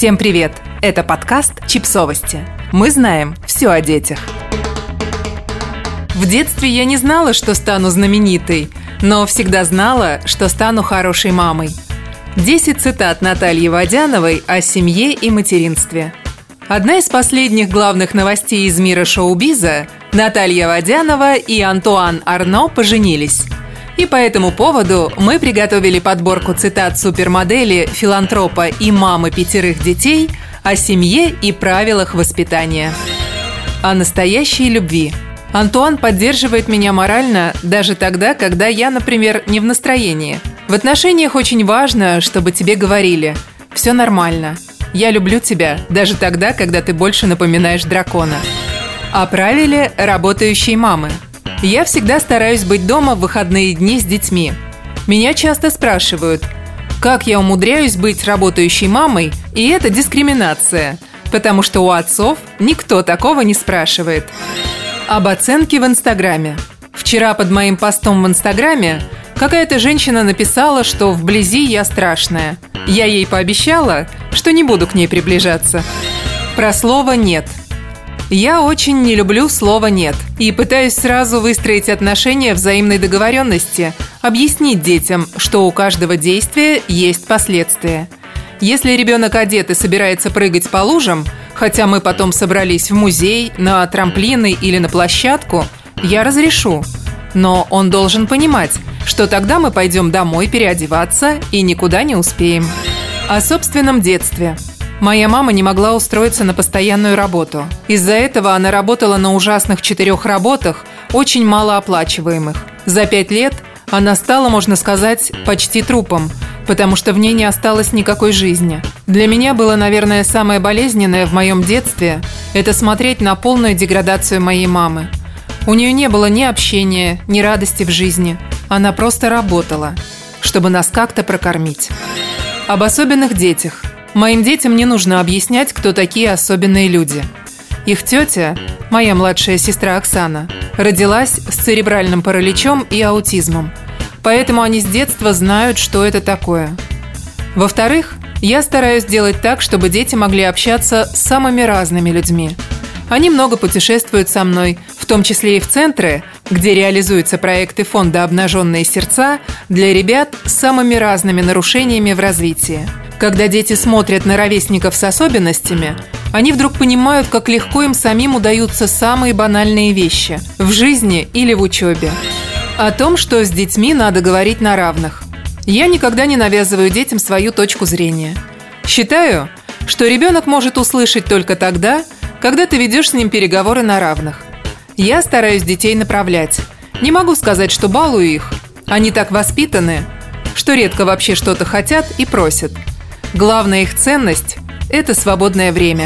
Всем привет! Это подкаст «Чипсовости». Мы знаем все о детях. В детстве я не знала, что стану знаменитой, но всегда знала, что стану хорошей мамой. 10 цитат Натальи Водяновой о семье и материнстве. Одна из последних главных новостей из мира шоу-биза – Наталья Водянова и Антуан Арно поженились. И по этому поводу мы приготовили подборку цитат супермодели, филантропа и мамы 5 детей о семье и правилах воспитания. О настоящей любви. Антуан поддерживает меня морально даже тогда, когда я, например, не в настроении. В отношениях очень важно, чтобы тебе говорили: «Все нормально. Я люблю тебя, даже тогда, когда ты больше напоминаешь дракона». О правиле работающей мамы. Я всегда стараюсь быть дома в выходные дни с детьми. Меня часто спрашивают, как я умудряюсь быть работающей мамой, и это дискриминация, потому что у отцов никто такого не спрашивает. Об оценке в Инстаграме. Вчера под моим постом в Инстаграме какая-то женщина написала, что вблизи я страшная. Я ей пообещала, что не буду к ней приближаться. Про слово «нет». Я очень не люблю слово «нет» и пытаюсь сразу выстроить отношения взаимной договоренности, объяснить детям, что у каждого действия есть последствия. Если ребенок одет и собирается прыгать по лужам, хотя мы потом собрались в музей, на трамплины или на площадку, я разрешу. Но он должен понимать, что тогда мы пойдем домой переодеваться и никуда не успеем. О собственном детстве. Моя мама не могла устроиться на постоянную работу. Из-за этого она работала на ужасных 4 работах, очень малооплачиваемых. За 5 лет она стала, можно сказать, почти трупом, потому что в ней не осталось никакой жизни. Для меня было, наверное, самое болезненное в моем детстве – это смотреть на полную деградацию моей мамы. У нее не было ни общения, ни радости в жизни. Она просто работала, чтобы нас как-то прокормить. Об особенных детях. Моим детям не нужно объяснять, кто такие особенные люди. Их тетя, моя младшая сестра Оксана, родилась с церебральным параличом и аутизмом. Поэтому они с детства знают, что это такое. Во-вторых, я стараюсь делать так, чтобы дети могли общаться с самыми разными людьми. Они много путешествуют со мной, в том числе и в центры, где реализуются проекты фонда «Обнаженные сердца» для ребят с самыми разными нарушениями в развитии. Когда дети смотрят на ровесников с особенностями, они вдруг понимают, как легко им самим удаются самые банальные вещи в жизни или в учебе. О том, что с детьми надо говорить на равных. Я никогда не навязываю детям свою точку зрения. Считаю, что ребенок может услышать только тогда, когда ты ведешь с ним переговоры на равных. Я стараюсь детей направлять. Не могу сказать, что балую их. Они так воспитаны, что редко вообще что-то хотят и просят. Главная их ценность – это свободное время.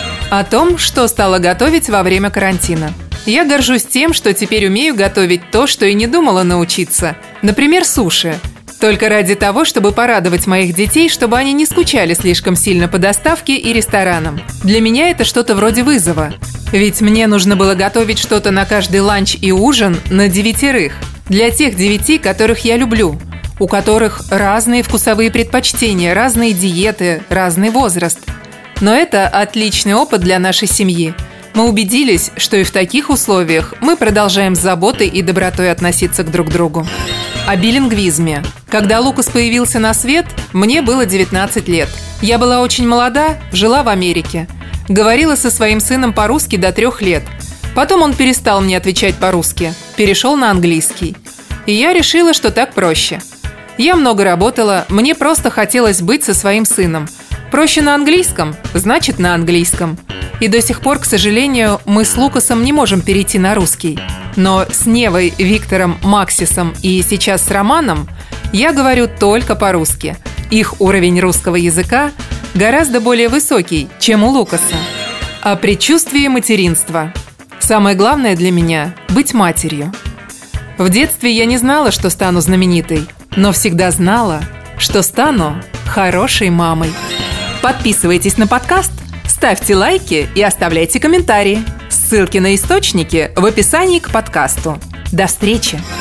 О том, что стала готовить во время карантина. Я горжусь тем, что теперь умею готовить то, что и не думала научиться. Например, суши. Только ради того, чтобы порадовать моих детей, чтобы они не скучали слишком сильно по доставке и ресторанам. Для меня это что-то вроде вызова. Ведь мне нужно было готовить что-то на каждый ланч и ужин на 9. Для тех 9, которых я люблю. У которых разные вкусовые предпочтения, разные диеты, разный возраст. Но это отличный опыт для нашей семьи. Мы убедились, что и в таких условиях мы продолжаем с заботой и добротой относиться к друг другу. О билингвизме. Когда Лукас появился на свет, мне было 19 лет. Я была очень молода, жила в Америке. Говорила со своим сыном по-русски до 3 лет. Потом он перестал мне отвечать по-русски, перешел на английский. И я решила, что так проще. Я много работала, мне просто хотелось быть со своим сыном. Проще на английском, значит на английском. И до сих пор, к сожалению, мы с Лукасом не можем перейти на русский. Но с Невой, Виктором, Максисом и сейчас с Романом я говорю только по-русски. Их уровень русского языка гораздо более высокий, чем у Лукаса. О предчувствии материнства. Самое главное для меня – быть матерью. В детстве я не знала, что стану знаменитой, но всегда знала, что стану хорошей мамой. Подписывайтесь на подкаст, ставьте лайки и оставляйте комментарии. Ссылки на источники в описании к подкасту. До встречи!